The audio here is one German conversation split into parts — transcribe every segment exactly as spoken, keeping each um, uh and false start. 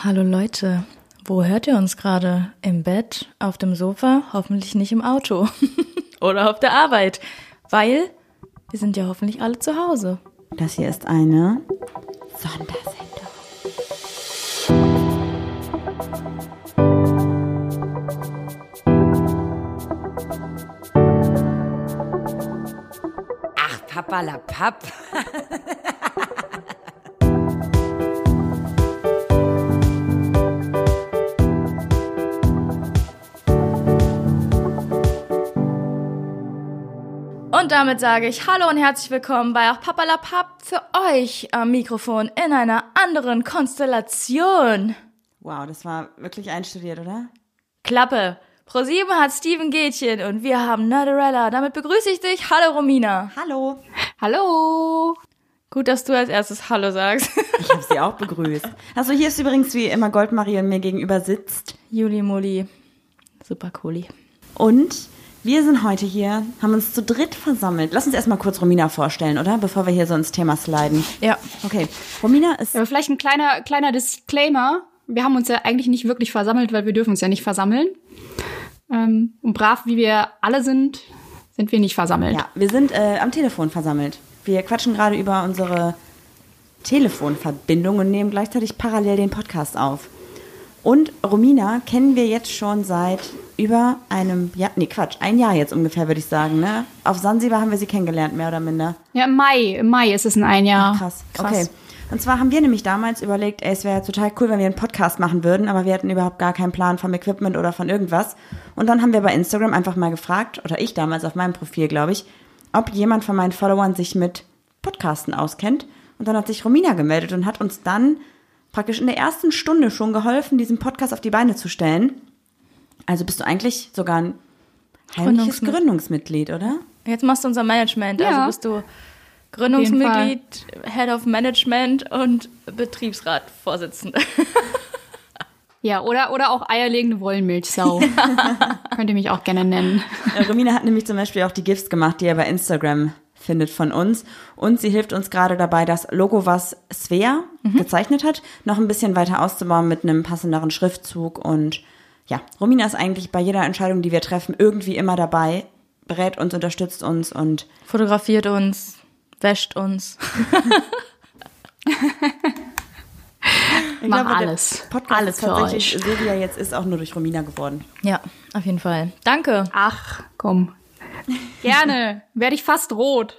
Hallo Leute, wo hört ihr uns gerade? Im Bett, auf dem Sofa, hoffentlich nicht im Auto oder auf der Arbeit, weil wir sind ja hoffentlich alle zu Hause. Das hier ist eine Sondersendung. Ach, Papalapap. Und damit sage ich Hallo und herzlich willkommen bei auch Papalapap für euch am Mikrofon in einer anderen Konstellation. Wow, das war wirklich einstudiert, oder? Klappe. ProSieben hat Steven Gätchen und wir haben Nerderella. Damit begrüße ich dich. Hallo Romina. Hallo. Hallo. Gut, dass du als erstes Hallo sagst. Ich habe sie auch begrüßt. Also hier ist übrigens wie immer Goldmarie und mir gegenüber sitzt. Juli Muli. Super cooli. Und wir sind heute hier, haben uns zu dritt versammelt. Lass uns erstmal kurz Romina vorstellen, oder? Bevor wir hier so ins Thema sliden. Ja. Okay, Romina ist... Aber vielleicht ein kleiner, kleiner Disclaimer. Wir haben uns ja eigentlich nicht wirklich versammelt, weil wir dürfen uns ja nicht versammeln. Ähm, und brav wie wir alle sind, sind wir nicht versammelt. Ja, wir sind äh, am Telefon versammelt. Wir quatschen gerade über unsere Telefonverbindung und nehmen gleichzeitig parallel den Podcast auf. Und Romina kennen wir jetzt schon seit über einem Jahr, nee Quatsch, ein Jahr jetzt ungefähr, würde ich sagen, ne? Auf Sansibar haben wir sie kennengelernt, mehr oder minder. Ja, im Mai, im Mai ist es ein ein Jahr. Ach, krass. krass, okay. Und zwar haben wir nämlich damals überlegt, ey, es wäre total cool, wenn wir einen Podcast machen würden, aber wir hatten überhaupt gar keinen Plan vom Equipment oder von irgendwas. Und dann haben wir bei Instagram einfach mal gefragt, oder ich damals auf meinem Profil, glaube ich, ob jemand von meinen Followern sich mit Podcasten auskennt. Und dann hat sich Romina gemeldet und hat uns dann praktisch in der ersten Stunde schon geholfen, diesen Podcast auf die Beine zu stellen. Also bist du eigentlich sogar ein heimliches Gründungsmitglied, Gründungsmitglied, oder? Jetzt machst du unser Management. Ja. Also bist du Gründungsmitglied, Head of Management und Betriebsratvorsitzende. Ja, oder, oder auch eierlegende Wollmilchsau. Könnt ihr mich auch gerne nennen. Ja, Romina hat nämlich zum Beispiel auch die GIFs gemacht, die ihr bei Instagram findet von uns. Und sie hilft uns gerade dabei, das Logo, was Svea mhm. gezeichnet hat, noch ein bisschen weiter auszubauen mit einem passenderen Schriftzug. Und ja, Romina ist eigentlich bei jeder Entscheidung, die wir treffen, irgendwie immer dabei, berät uns, unterstützt uns und fotografiert uns, wäscht uns. Ich Mach glaube, alles. Der Podcast alles ist für tatsächlich, euch. so wie er jetzt ist, auch nur durch Romina geworden. Ja, auf jeden Fall. Danke. Ach, komm. Gerne. Werde ich fast rot.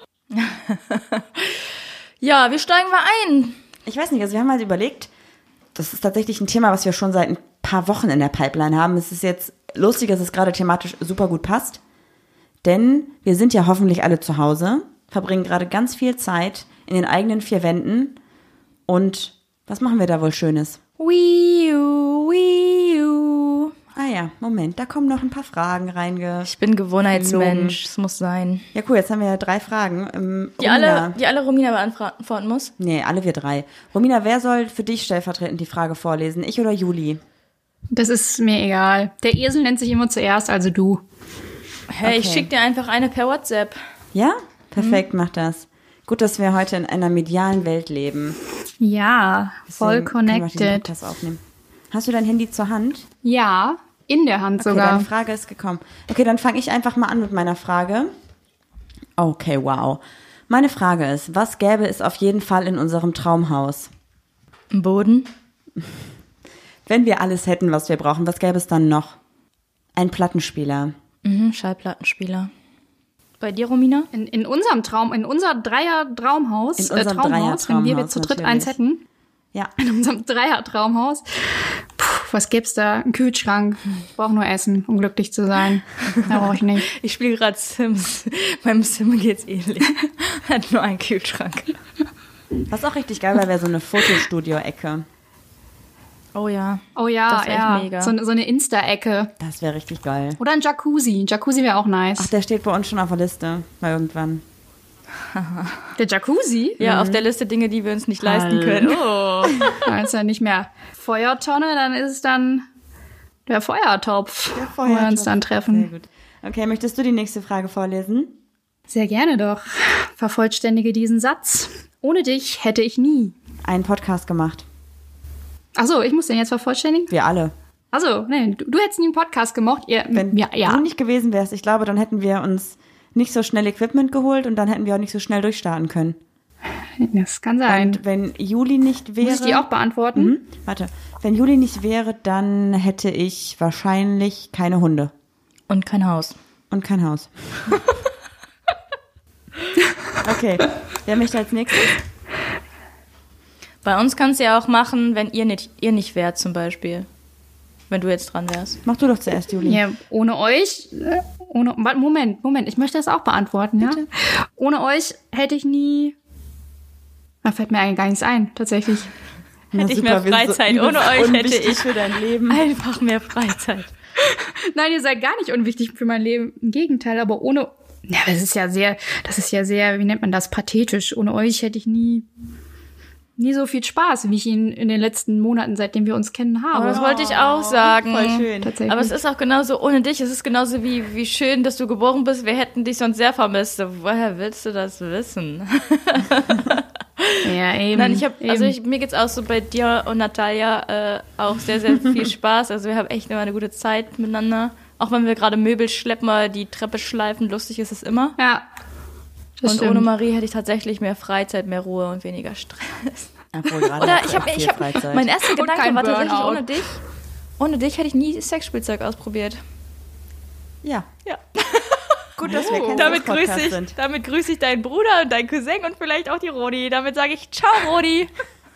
Ja, wir steigen mal ein. Ich weiß nicht, also wir haben halt überlegt, das ist tatsächlich ein Thema, was wir schon seit ein paar Wochen in der Pipeline haben. Es ist jetzt lustig, dass es gerade thematisch super gut passt, denn wir sind ja hoffentlich alle zu Hause, verbringen gerade ganz viel Zeit in den eigenen vier Wänden und was machen wir da wohl Schönes? Wii U, Wii U. Ah ja, Moment, da kommen noch ein paar Fragen reinge... Ich bin Gewohnheitsmensch, es muss sein. Ja cool, jetzt haben wir ja drei Fragen. Ähm, Die alle, die alle Romina beantworten muss? Nee, alle wir drei. Romina, wer soll für dich stellvertretend die Frage vorlesen? Ich oder Juli? Das ist mir egal. Der Esel nennt sich immer zuerst, also du. Hey, Okay. ich schick dir einfach eine per WhatsApp. Ja? Perfekt, mach das. Gut, dass wir heute in einer medialen Welt leben. Ja, voll Deswegen können wir diesen connected. Podcast aufnehmen. Hast du dein Handy zur Hand? Ja, in der Hand Okay, sogar. deine Frage ist gekommen. Okay, dann fange ich einfach mal an mit meiner Frage. Okay, wow. Meine Frage ist, was gäbe es auf jeden Fall in unserem Traumhaus? Im Boden? Wenn wir alles hätten, was wir brauchen, was gäbe es dann noch? Ein Plattenspieler. Mhm, Schallplattenspieler. Bei dir, Romina? In, in unserem Traum, in unser Dreier-Traumhaus, In äh, unserem Traumhaus, wenn wir, wir Dreier-Traumhaus, zu dritt natürlich. eins hätten, Ja. in unserem Dreier-Traumhaus, puh, was gibt's da? Ein Kühlschrank. Ich brauche nur Essen, um glücklich zu sein. Da brauche ich nicht. Ich spiele gerade Sims. Meinem Sim geht's ähnlich. Hat nur einen Kühlschrank. Was auch richtig geil wäre, wäre so eine Fotostudio-Ecke. Oh ja. Oh ja, Das wär echt ja. mega. So, eine- so eine Insta-Ecke. Das wäre richtig geil. Oder ein Jacuzzi. Jacuzzi wäre auch nice. Ach, der steht bei uns schon auf der Liste. Mal irgendwann. Der Jacuzzi? Ja, auf der Liste Dinge, die wir uns nicht leisten können. Oh. Da ist ja nicht mehr Feuertonne, dann ist es dann der Feuertopf, Der wo wir uns dann Sehr treffen. gut. Okay, möchtest du die nächste Frage vorlesen? Sehr gerne doch. Vervollständige diesen Satz. Ohne dich hätte ich nie. Einen Podcast gemacht. Achso, ich muss den jetzt vervollständigen? Wir alle. Achso, nee, du, du hättest nie einen Podcast gemocht. Ihr, Wenn ja, ja. du nicht gewesen wärst, ich glaube, dann hätten wir uns nicht so schnell Equipment geholt und dann hätten wir auch nicht so schnell durchstarten können. Das kann sein. Und wenn Juli nicht wäre... Muss ich die auch beantworten? Mhm. Warte. Wenn Juli nicht wäre, dann hätte ich wahrscheinlich keine Hunde. Und kein Haus. Und kein Haus. Okay. Wer möchte als nächstes? Bei uns kannst du ja auch machen, wenn ihr nicht, ihr nicht wärt zum Beispiel. Wenn du jetzt dran wärst. Mach du doch zuerst, Juli. Ja, ohne euch, äh, ohne, Moment, Moment, ich möchte das auch beantworten, ja? Bitte? Ohne euch hätte ich nie, da fällt mir eigentlich gar nichts ein, tatsächlich. Na, Hätte ich super, mehr wir sind so Freizeit. Ohne übelst euch hätte unwichtig ich für dein Leben. einfach mehr Freizeit. Nein, ihr seid gar nicht unwichtig für mein Leben, im Gegenteil, aber ohne, ja, das ist ja sehr, das ist ja sehr, wie nennt man das, pathetisch. Ohne euch hätte ich nie, nie so viel Spaß, wie ich ihn in den letzten Monaten, seitdem wir uns kennen, habe. Aber das wollte ich auch sagen. Voll schön. Tatsächlich. Aber es ist auch genauso ohne dich. Es ist genauso wie, wie schön, dass du geboren bist. Wir hätten dich sonst sehr vermisst. So, woher willst du das wissen? Ja, eben. Nein, ich habe, also eben. ich, mir geht's auch so bei dir und Natalia äh, auch sehr, sehr viel Spaß. Also wir haben echt immer eine gute Zeit miteinander. Auch wenn wir gerade Möbel schleppen, mal die Treppe schleifen, lustig ist es immer. Ja. Das und stimmt. ohne Marie hätte ich tatsächlich mehr Freizeit, mehr Ruhe und weniger Stress. Obwohl, gerade Oder hast du ich habe, echt ich viel habe, Freizeit. mein erster Und Gedanke kein war tatsächlich Burnout. ohne dich. Ohne dich hätte ich nie Sexspielzeug ausprobiert. Ja. Ja. Gut, dass wir kein Damit grüße Podcast ich, sind. damit grüße ich deinen Bruder und deinen Cousin und vielleicht auch die Rodi. Damit sage ich ciao, Rodi.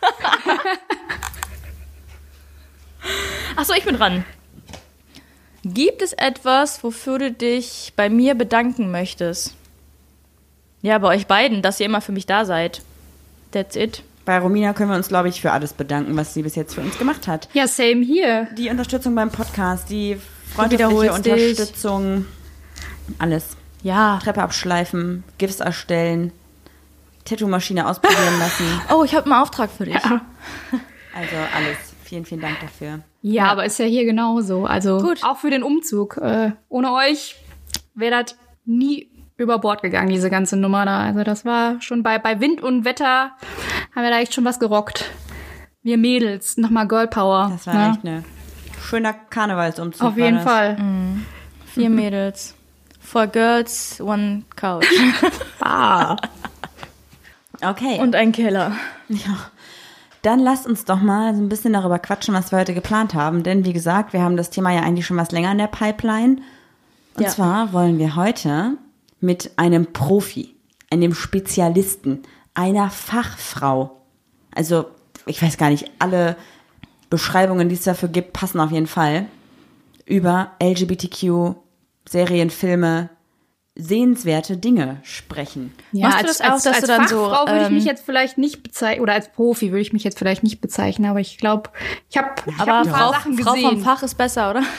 Achso, ich bin dran. Gibt es etwas, wofür du dich bei mir bedanken möchtest? Ja, bei euch beiden, dass ihr immer für mich da seid. That's it. Bei Romina können wir uns, glaube ich, für alles bedanken, was sie bis jetzt für uns gemacht hat. Ja, same hier. Die Unterstützung beim Podcast, die wiederholst freundliche dich. Unterstützung, alles. Ja. Treppe abschleifen, GIFs erstellen, Tattoo-Maschine ausprobieren lassen. Oh, ich habe einen Auftrag für dich. Ja. Also alles. Vielen, vielen Dank dafür. Ja, aber ist ja hier genauso. Also Gut. auch für den Umzug. Äh, ohne euch wäre das nie über Bord gegangen, diese ganze Nummer da. Also das war schon bei, bei Wind und Wetter, haben wir da echt schon was gerockt. Wir Mädels, nochmal Girl Power. Das war ne? echt ein schöner Karnevalsumzug. Auf war jeden das. Fall. Vier Mädels. Four girls, one couch. Ah. Okay. Und ein Keller. Ja. Dann lasst uns doch mal so ein bisschen darüber quatschen, was wir heute geplant haben. Denn wie gesagt, wir haben das Thema ja eigentlich schon was länger in der Pipeline. Und Ja. zwar wollen wir heute mit einem Profi, einem Spezialisten, einer Fachfrau, also ich weiß gar nicht, alle Beschreibungen, die es dafür gibt, passen auf jeden Fall, über L G B T Q, Serien, Filme, sehenswerte Dinge sprechen. Ja, Machst du als, das auch, als, dass als du dann so, Fachfrau würde ich mich ähm, jetzt vielleicht nicht bezeichnen, oder als Profi würde ich mich jetzt vielleicht nicht bezeichnen, aber ich glaube, ich habe ich hab Aber ein paar Frau, Sachen Frau gesehen. vom Fach ist besser, oder?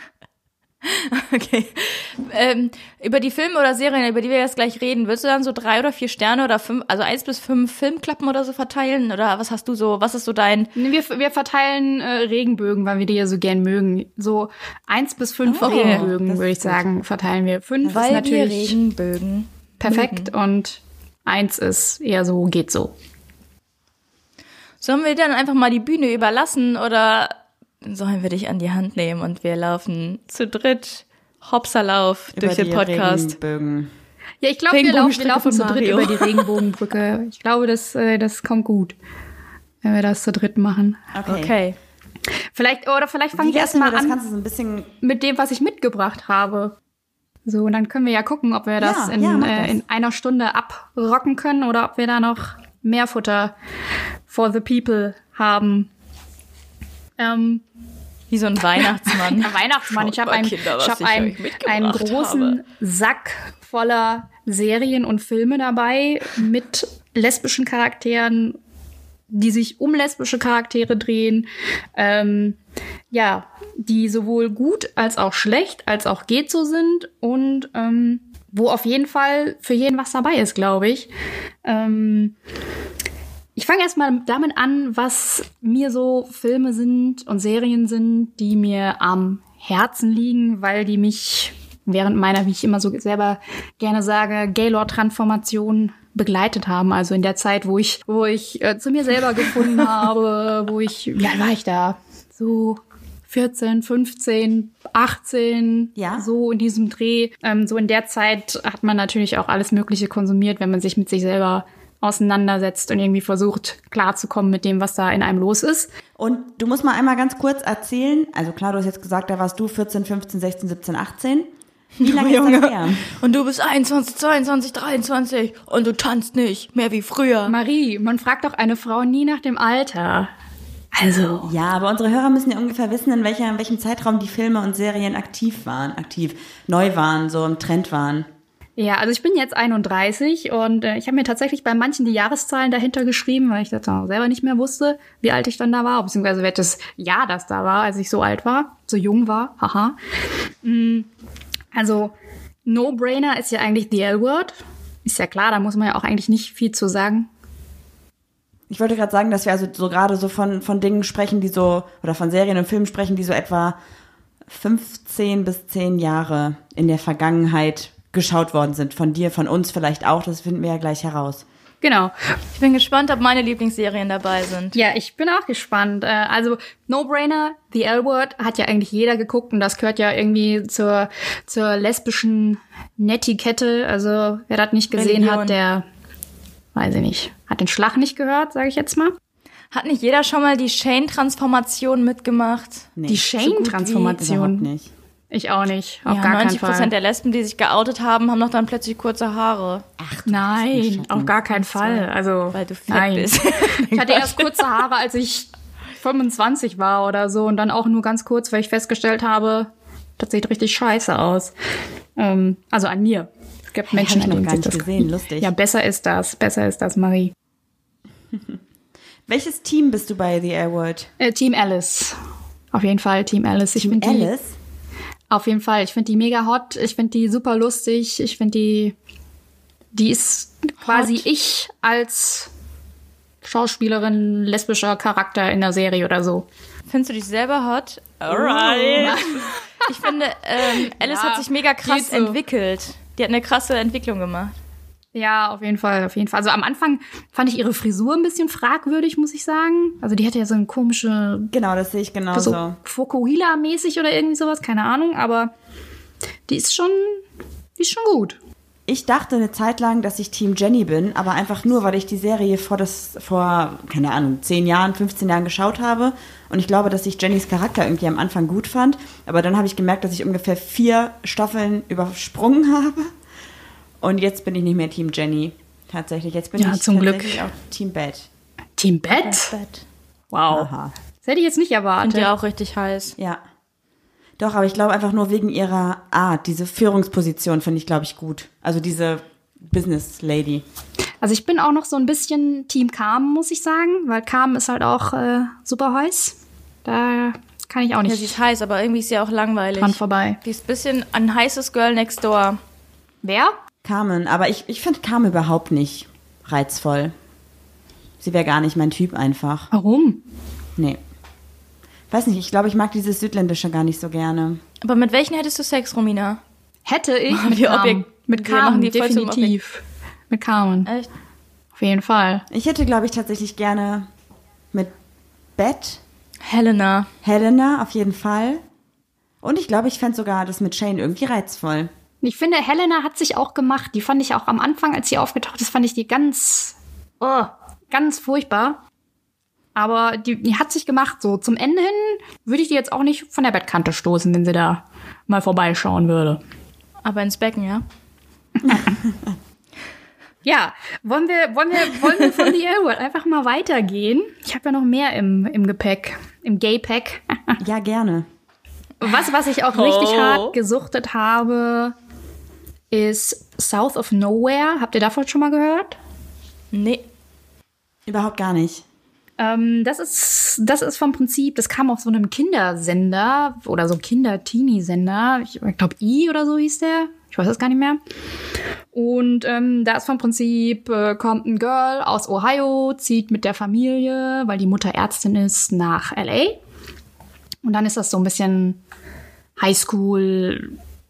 Okay. Ähm, über die Filme oder Serien, über die wir jetzt gleich reden, willst du dann so drei oder vier Sterne oder fünf, also eins bis fünf Filmklappen oder so verteilen? Oder was hast du so, was ist so dein... Nee, Wir, wir verteilen äh, Regenbögen, weil wir die ja so gern mögen. So eins bis fünf Oh, Regenbögen, das würde ist ich sagen, verteilen wir. Fünf ist Weil wir natürlich Regenbögen perfekt mögen. und eins ist eher so, geht so. Sollen wir dann einfach mal die Bühne überlassen oder sollen wir dich an die Hand nehmen und wir laufen zu dritt Hopsalauf durch Über den die Podcast? Regenbögen. Ja, ich glaube, wir, laufen- wir Regenbogenstrecke laufen von zu dritt Mario. über die Regenbogenbrücke. Ich glaube, das, äh, das kommt gut, wenn wir das zu dritt machen. Okay. Okay. Vielleicht, oder vielleicht fange Wie ich wär's, erst wenn wir mal das an Ganze so ein bisschen mit dem, was ich mitgebracht habe. So, und dann können wir ja gucken, ob wir das, Ja, in, ja, mach äh, das. in einer Stunde abrocken können oder ob wir da noch mehr Futter for the people haben. Ähm, Wie so ein Weihnachtsmann. Der Weihnachtsmann. Ich habe einen, Kinder, ich was hab ich einen, euch mitgebracht einen großen habe. Sack voller Serien und Filme dabei mit lesbischen Charakteren, die sich um lesbische Charaktere drehen. Ähm, ja, die sowohl gut als auch schlecht als auch geht so sind und ähm, wo auf jeden Fall für jeden was dabei ist, glaube ich. Ähm, Ich fange erstmal damit an, was mir so Filme sind und Serien sind, die mir am Herzen liegen, weil die mich während meiner, wie ich immer so selber gerne sage, Gaylord-Transformation begleitet haben. Also in der Zeit, wo ich, wo ich äh, zu mir selber gefunden habe, wo ich, wie alt war ich da? So vierzehn, fünfzehn, achtzehn, ja. So in diesem Dreh. Ähm, so in der Zeit hat man natürlich auch alles Mögliche konsumiert, wenn man sich mit sich selber auseinandersetzt und irgendwie versucht, klarzukommen mit dem, was da in einem los ist. Und du musst mal einmal ganz kurz erzählen, also klar, du hast jetzt gesagt, da warst du vierzehn, fünfzehn, sechzehn, siebzehn, achtzehn. Wie lange ist das her? Und du bist einundzwanzig, zweiundzwanzig, dreiundzwanzig und du tanzt nicht mehr wie früher. Marie, man fragt doch eine Frau nie nach dem Alter. Also. Ja, aber unsere Hörer müssen ja ungefähr wissen, in, welcher, in welchem Zeitraum die Filme und Serien aktiv waren, aktiv, neu waren, so im Trend waren. Ja, also ich bin jetzt einunddreißig und äh, ich habe mir tatsächlich bei manchen die Jahreszahlen dahinter geschrieben, weil ich das auch selber nicht mehr wusste, wie alt ich dann da war, beziehungsweise welches Jahr das da war, als ich so alt war, so jung war, haha. Also No-Brainer ist ja eigentlich The L-Word. Ist ja klar, da muss man ja auch eigentlich nicht viel zu sagen. Ich wollte gerade sagen, dass wir also so gerade so von, von Dingen sprechen, die so, oder von Serien und Filmen sprechen, die so etwa fünfzehn bis zehn Jahre in der Vergangenheit geschaut worden sind. Von dir, von uns vielleicht auch, das finden wir ja gleich heraus. Genau. Ich bin gespannt, ob meine Lieblingsserien dabei sind. Ja, ich bin auch gespannt. Also No-Brainer, The L-Word hat ja eigentlich jeder geguckt und das gehört ja irgendwie zur, zur lesbischen Netiquette. Also wer das nicht gesehen Religion. hat, der, weiß ich nicht, hat den Schlag nicht gehört, sage ich jetzt mal. Hat nicht jeder schon mal die Shane-Transformation mitgemacht? Nee, Die so gut wie Shane-Transformation? überhaupt nicht. Ich auch nicht, auf Ja, gar keinen neunzig Prozent Fall. der Lesben, die sich geoutet haben, haben doch dann plötzlich kurze Haare. Nein, auf gar keinen Fall. Also, Weil du fett nein. bist. Ich hatte erst kurze Haare, als ich fünfundzwanzig war oder so und dann auch nur ganz kurz, weil ich festgestellt habe, das sieht richtig scheiße aus. Ähm, also an mir. Es gibt Hey, Menschen, hab ich an noch denen gar sich nicht das... gesehen, lustig. Ja, besser ist das. Besser ist das, Marie. Welches Team bist du bei The L-Word? Äh, Team Alice. Auf jeden Fall Team Alice. Ich Team find die, Alice? Auf jeden Fall. Ich finde die mega hot. Ich finde die super lustig. Ich finde die... Die ist quasi Hot. ich als Schauspielerin, lesbischer Charakter in der Serie oder so. Findest du dich selber hot? Alright. Ich finde, ähm, Alice Ja, hat sich mega krass geht so. entwickelt. Die hat eine krasse Entwicklung gemacht. Ja, auf jeden Fall, auf jeden Fall. Also am Anfang fand ich ihre Frisur ein bisschen fragwürdig, muss ich sagen. Also die hatte ja so eine komische, Genau, das sehe ich genauso. so Fokuhila-mäßig oder irgendwie sowas, keine Ahnung. Aber die ist schon, die ist schon gut. Ich dachte eine Zeit lang, dass ich Team Jenny bin, aber einfach nur, weil ich die Serie vor, das, vor, keine Ahnung, zehn Jahren, fünfzehn Jahren geschaut habe. Und ich glaube, dass ich Jennys Charakter irgendwie am Anfang gut fand. Aber dann habe ich gemerkt, dass ich ungefähr vier Staffeln übersprungen habe. Und jetzt bin ich nicht mehr Team Jenny. Tatsächlich. Jetzt bin Ja, ich zum Glück. tatsächlich auch Team Beth. Team Bett? Bett. Wow. Aha. Das hätte ich jetzt nicht erwartet. Finde die auch richtig heiß. Ja. Doch, aber ich glaube einfach nur wegen ihrer Art. Diese Führungsposition finde ich, glaube ich, gut. Also diese Business Lady. Also ich bin auch noch so ein bisschen Team Carmen, muss ich sagen. Weil Carmen ist halt auch äh, super heiß. Da kann ich auch Ja, nicht sie ist heiß, aber irgendwie ist sie auch langweilig. dran vorbei. Die ist ein bisschen ein heißes Girl next door. Wer? Carmen. Aber ich, ich finde Carmen überhaupt nicht reizvoll. Sie wäre gar nicht mein Typ einfach. Warum? Nee. Weiß nicht, ich glaube, ich mag dieses Südländische gar nicht so gerne. Aber mit welchen hättest du Sex, Romina? Hätte ich mit Wir Carmen. Objek- Mit wir machen Carmen, die voll zum definitiv. Mit Carmen. Echt? Auf jeden Fall. Ich hätte, glaube ich, tatsächlich gerne mit Beth, Helena. Helena auf jeden Fall. Und ich glaube, ich fände sogar das mit Shane irgendwie reizvoll. Ich finde, Helena hat sich auch gemacht. Die fand ich auch am Anfang, als sie aufgetaucht ist, fand ich die ganz, oh, ganz furchtbar. Aber die, die hat sich gemacht. So zum Ende hin würde ich die jetzt auch nicht von der Bettkante stoßen, wenn sie da mal vorbeischauen würde. Aber ins Becken, ja? Ja, wollen wir, wollen wir, wollen wir von The L-Word einfach mal weitergehen? Ich habe ja noch mehr im, im Gepäck, im Gay-Pack. Ja, gerne. Was, was ich auch richtig Oh. hart gesuchtet habe, ist South of Nowhere. Habt ihr davon schon mal gehört? Nee. Überhaupt gar nicht. Ähm, das ist, das ist vom Prinzip, das kam auf so einem Kindersender oder so Kinder-Teenie-Sender. Ich, ich glaube, I oder so hieß der. Ich weiß es gar nicht mehr. Und ähm, da ist vom Prinzip, äh, kommt ein Girl aus Ohio, zieht mit der Familie, weil die Mutter Ärztin ist, nach L A. Und dann ist das so ein bisschen Highschool,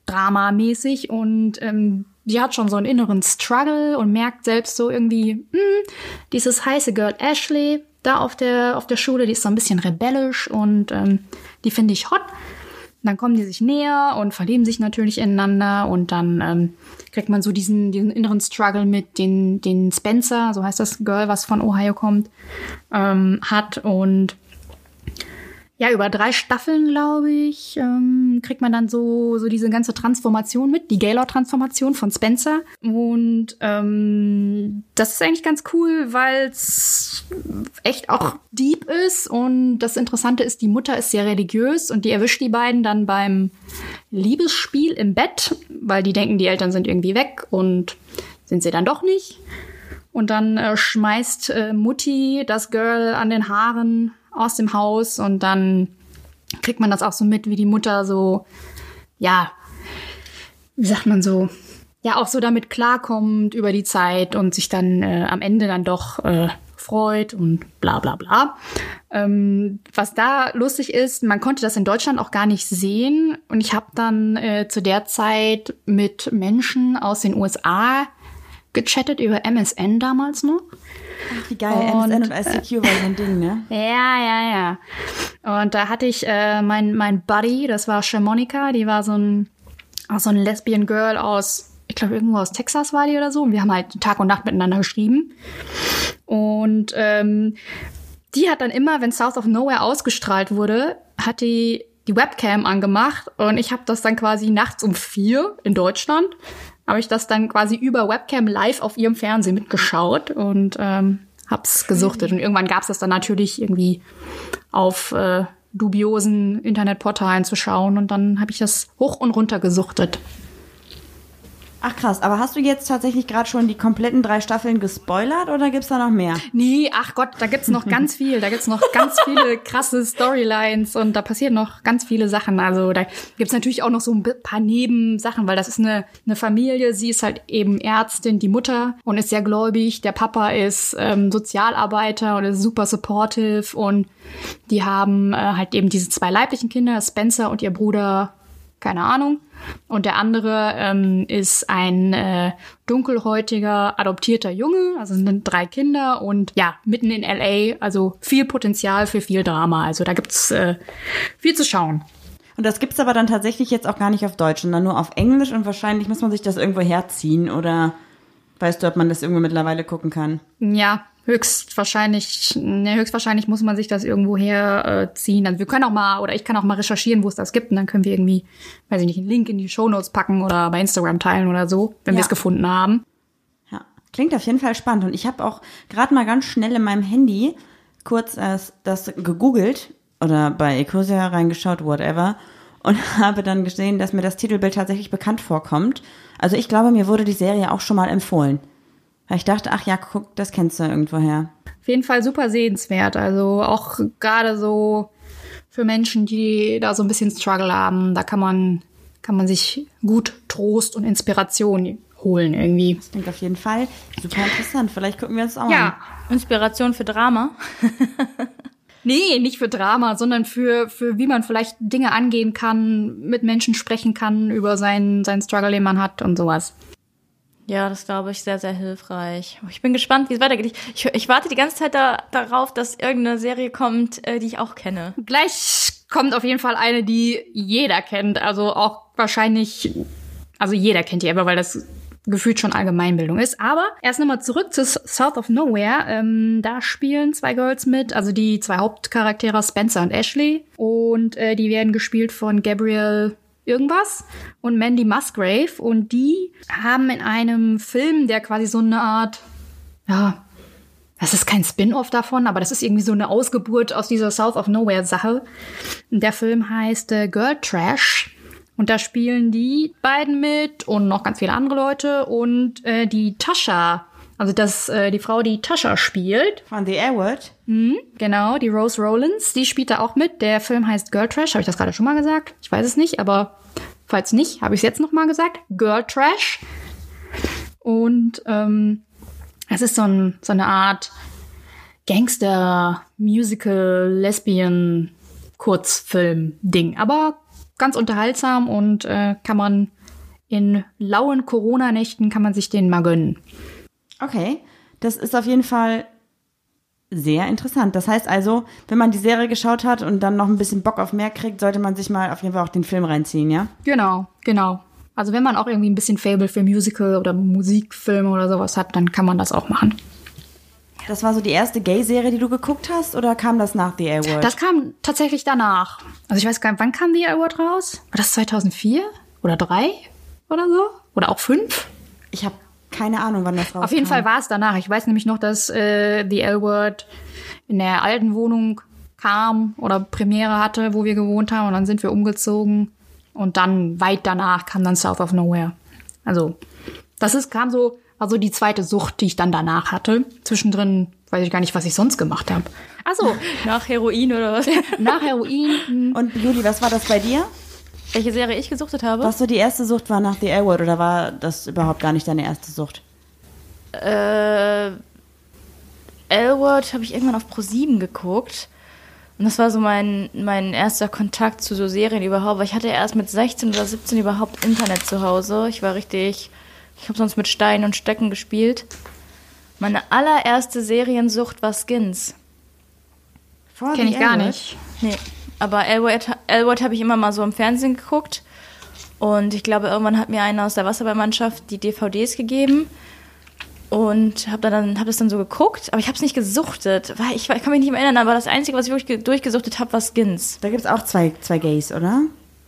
dramamäßig und ähm, die hat schon so einen inneren Struggle und merkt selbst so irgendwie, hm, dieses heiße Girl Ashley da auf der auf der Schule, die ist so ein bisschen rebellisch und ähm, die finde ich hot. Und dann kommen die sich näher und verlieben sich natürlich ineinander und dann ähm, kriegt man so diesen diesen inneren Struggle mit den den Spencer, so heißt das Girl, was von Ohio kommt, ähm, hat und ja, über drei Staffeln, glaube ich, ähm, kriegt man dann so so diese ganze Transformation mit, die Gaylord-Transformation von Spencer. Und ähm, das ist eigentlich ganz cool, weil es echt auch deep ist. Und das Interessante ist, die Mutter ist sehr religiös und die erwischt die beiden dann beim Liebesspiel im Bett, weil die denken, die Eltern sind irgendwie weg und sind sie dann doch nicht. Und dann äh, schmeißt äh, Mutti das Girl an den Haaren aus dem Haus und dann kriegt man das auch so mit, wie die Mutter so, ja, wie sagt man so, ja auch so damit klarkommt über die Zeit und sich dann äh, am Ende dann doch äh, freut und bla bla bla. Ähm, was da lustig ist, man konnte das in Deutschland auch gar nicht sehen und ich habe dann äh, zu der Zeit mit Menschen aus den U S A gechattet über M S N damals noch. Ach, wie geil, und, M S N und I C Q war so ein Ding, ne? Ja, ja, ja. Und da hatte ich äh, mein, mein Buddy, das war Shamonica, die war so ein, auch so ein Lesbian Girl aus, ich glaube irgendwo aus Texas war die oder so. Und wir haben halt Tag und Nacht miteinander geschrieben. Und ähm, die hat dann immer, wenn South of Nowhere ausgestrahlt wurde, hat die die Webcam angemacht. Und ich habe das dann quasi nachts um vier in Deutschland habe ich das dann quasi über Webcam live auf ihrem Fernsehen mitgeschaut und ähm, hab's gesuchtet. Und irgendwann gab's das dann natürlich irgendwie auf äh, dubiosen Internetportalen zu schauen. Und dann habe ich das hoch und runter gesuchtet. Ach krass, aber hast du jetzt tatsächlich gerade schon die kompletten drei Staffeln gespoilert oder gibt's da noch mehr? Nee, ach Gott, da gibt's noch ganz viel. Da gibt's noch ganz viele krasse Storylines und da passieren noch ganz viele Sachen. Also da gibt's natürlich auch noch so ein paar Nebensachen, weil das ist eine, eine Familie. Sie ist halt eben Ärztin, die Mutter, und ist sehr gläubig. Der Papa ist ähm, Sozialarbeiter und ist super supportive. Und die haben äh, halt eben diese zwei leiblichen Kinder, Spencer und ihr Bruder, keine Ahnung. Und der andere ähm, ist ein äh, dunkelhäutiger, adoptierter Junge, also sind drei Kinder und ja, mitten in L A, also viel Potenzial für viel Drama. Also da gibt's äh, viel zu schauen. Und das gibt's aber dann tatsächlich jetzt auch gar nicht auf Deutsch, sondern nur auf Englisch und wahrscheinlich muss man sich das irgendwo herziehen oder weißt du, ob man das irgendwo mittlerweile gucken kann? Ja, höchstwahrscheinlich, ne, höchstwahrscheinlich muss man sich das irgendwo herziehen. Also wir können auch mal, oder ich kann auch mal recherchieren, wo es das gibt und dann können wir irgendwie, weiß ich nicht, einen Link in die Shownotes packen oder bei Instagram teilen oder so, wenn ja. wir es gefunden haben. Ja, klingt auf jeden Fall spannend. Und ich habe auch gerade mal ganz schnell in meinem Handy kurz äh, das gegoogelt oder bei Ecosia reingeschaut, whatever, und habe dann gesehen, dass mir das Titelbild tatsächlich bekannt vorkommt. Also ich glaube, mir wurde die Serie auch schon mal empfohlen. Weil ich dachte, ach ja, guck, das kennst du irgendwoher. Auf jeden Fall super sehenswert. Also auch gerade so für Menschen, die da so ein bisschen Struggle haben, da kann man, kann man sich gut Trost und Inspiration holen irgendwie. Das klingt auf jeden Fall super interessant. Vielleicht gucken wir uns auch ja, an. Inspiration für Drama. Nee, nicht für Drama, sondern für, für wie man vielleicht Dinge angehen kann, mit Menschen sprechen kann über seinen, seinen Struggle, den man hat und sowas. Ja, das glaube ich sehr, sehr hilfreich. Ich bin gespannt, wie es weitergeht. Ich, ich warte die ganze Zeit da, darauf, dass irgendeine Serie kommt, äh, die ich auch kenne. Gleich kommt auf jeden Fall eine, die jeder kennt. Also auch wahrscheinlich, also jeder kennt die aber, weil das gefühlt schon Allgemeinbildung ist. Aber erst nochmal zurück zu South of Nowhere. Ähm, da spielen zwei Girls mit, also die zwei Hauptcharaktere Spencer und Ashley. Und äh, die werden gespielt von Gabrielle irgendwas und Mandy Musgrave, und die haben in einem Film, der quasi so eine Art, ja, das ist kein Spin-off davon, aber das ist irgendwie so eine Ausgeburt aus dieser South of Nowhere Sache. Der Film heißt äh, Girl Trash und da spielen die beiden mit und noch ganz viele andere Leute und äh, die Tasha, also das äh, die Frau, die Tasha spielt. Von The Airword? Mhm, genau, die Rose Rollins, die spielt da auch mit. Der Film heißt Girl Trash, habe ich das gerade schon mal gesagt? Ich weiß es nicht, aber falls nicht, habe ich es jetzt noch mal gesagt. Girl Trash. Und ähm, es ist so, ein, so eine Art Gangster, Musical, Lesbian, Kurzfilm-Ding. Aber ganz unterhaltsam und äh, kann man in lauen Corona-Nächten kann man sich den mal gönnen. Okay, das ist auf jeden Fall sehr interessant. Das heißt also, wenn man die Serie geschaut hat und dann noch ein bisschen Bock auf mehr kriegt, sollte man sich mal auf jeden Fall auch den Film reinziehen, ja? Genau, genau. Also wenn man auch irgendwie ein bisschen Faible für Musical oder Musikfilme oder sowas hat, dann kann man das auch machen. Das war so die erste Gay-Serie, die du geguckt hast, oder kam das nach The A-Word? Das kam tatsächlich danach. Also ich weiß gar nicht, wann kam The A-Word raus? War das zweitausendvier oder drei oder so? Oder auch fünf? Ich habe keine Ahnung, wann das rauskam. Auf jeden Fall war es danach. Ich weiß nämlich noch, dass äh, The L-Word in der alten Wohnung kam oder Premiere hatte, wo wir gewohnt haben. Und dann sind wir umgezogen. Und dann weit danach kam dann South of Nowhere. Also das ist, kam so, also die zweite Sucht, die ich dann danach hatte. Zwischendrin weiß ich gar nicht, was ich sonst gemacht habe. Achso. Nach Heroin oder was? Nach Heroin. Und Juli, was war das bei dir? Welche Serie ich gesuchtet habe? Was so die erste Sucht war nach The A-Word, oder war das überhaupt gar nicht deine erste Sucht? Äh, L-Word habe ich irgendwann auf ProSieben geguckt. Und das war so mein, mein erster Kontakt zu so Serien überhaupt. Weil ich hatte erst mit sechzehn oder siebzehn überhaupt Internet zu Hause. Ich war richtig, ich habe sonst mit Steinen und Stöcken gespielt. Meine allererste Seriensucht war Skins. Kenne ich gar nicht. Nee, aber L-Word, L-Word habe ich immer mal so im Fernsehen geguckt. Und ich glaube, irgendwann hat mir einer aus der Wasserballmannschaft die D V Ds gegeben. Und habe dann hab das dann so geguckt, aber ich habe es nicht gesuchtet. Weil ich, ich kann mich nicht mehr erinnern, aber das Einzige, was ich wirklich durchgesuchtet habe, war Skins. Da gibt es auch zwei, zwei Gays, oder?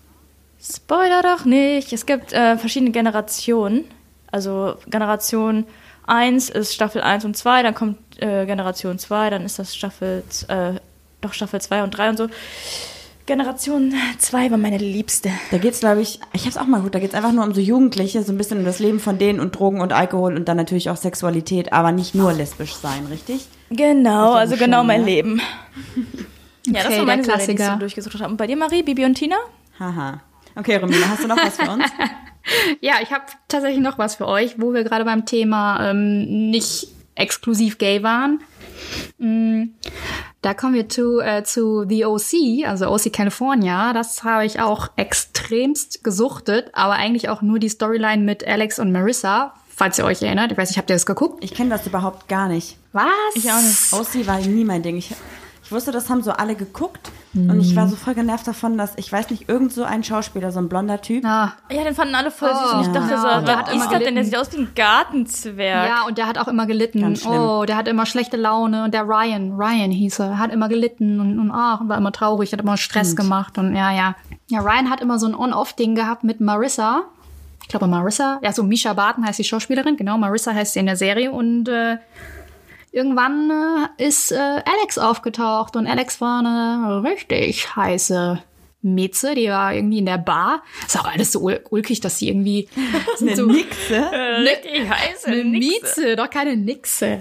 Spoiler doch nicht. Es gibt äh, verschiedene Generationen. Also Generation eins ist Staffel eins und zwei, dann kommt äh, Generation zwei, dann ist das Staffel, äh, doch Staffel zwei und drei und so. Generation zwei war meine Liebste. Da geht's, glaube ich, ich hab's auch mal gut, da geht's einfach nur um so Jugendliche, so ein bisschen um das Leben von denen und Drogen und Alkohol und dann natürlich auch Sexualität, aber nicht nur lesbisch sein, richtig? Genau, also schön, genau mein ne? Leben. Ja, das Okay, war meine der Serie, die ich Klassiker. so durchgesucht habe. Und bei dir, Marie, Bibi und Tina? Haha. Okay, Romina, hast du noch was für uns? Ja, ich habe tatsächlich noch was für euch, wo wir gerade beim Thema ähm, nicht exklusiv gay waren. Mm, da kommen wir zu, äh, zu The O C, also O C California. Das habe ich auch extremst gesuchtet, aber eigentlich auch nur die Storyline mit Alex und Marissa, falls ihr euch erinnert. Ich weiß nicht, habt ihr das geguckt? Ich kenne das überhaupt gar nicht. Was? Ich auch nicht. O C war nie mein Ding. Ich, ich wusste, das haben so alle geguckt und ich war so voll genervt davon, dass, ich weiß nicht, irgend so ein Schauspieler, so ein blonder Typ. Ah. Ja, den fanden alle voll süß. Und ich Oh, dachte ja. so, Der hat was immer ist das denn? Der gelitten. sieht aus wie ein Gartenzwerg. Ja, und der hat auch immer gelitten. Ganz schlimm. Oh, der hat immer schlechte Laune. Und der Ryan, Ryan hieß er, hat immer gelitten und, und ach, war immer traurig, hat immer Stress Stimmt. gemacht. Und ja, ja. Ja, Ryan hat immer so ein On-Off-Ding gehabt mit Marissa. Ich glaube, Marissa, ja, so Misha Barton heißt die Schauspielerin, genau, Marissa heißt sie in der Serie. Und äh, irgendwann äh, ist äh, Alex aufgetaucht. Und Alex war eine richtig heiße Mädze, die war irgendwie in der Bar. Ist auch alles so ul- ulkig, dass sie irgendwie Eine so Nixe. Richtig heiße eine Nixe. Mieze, doch keine Nixe.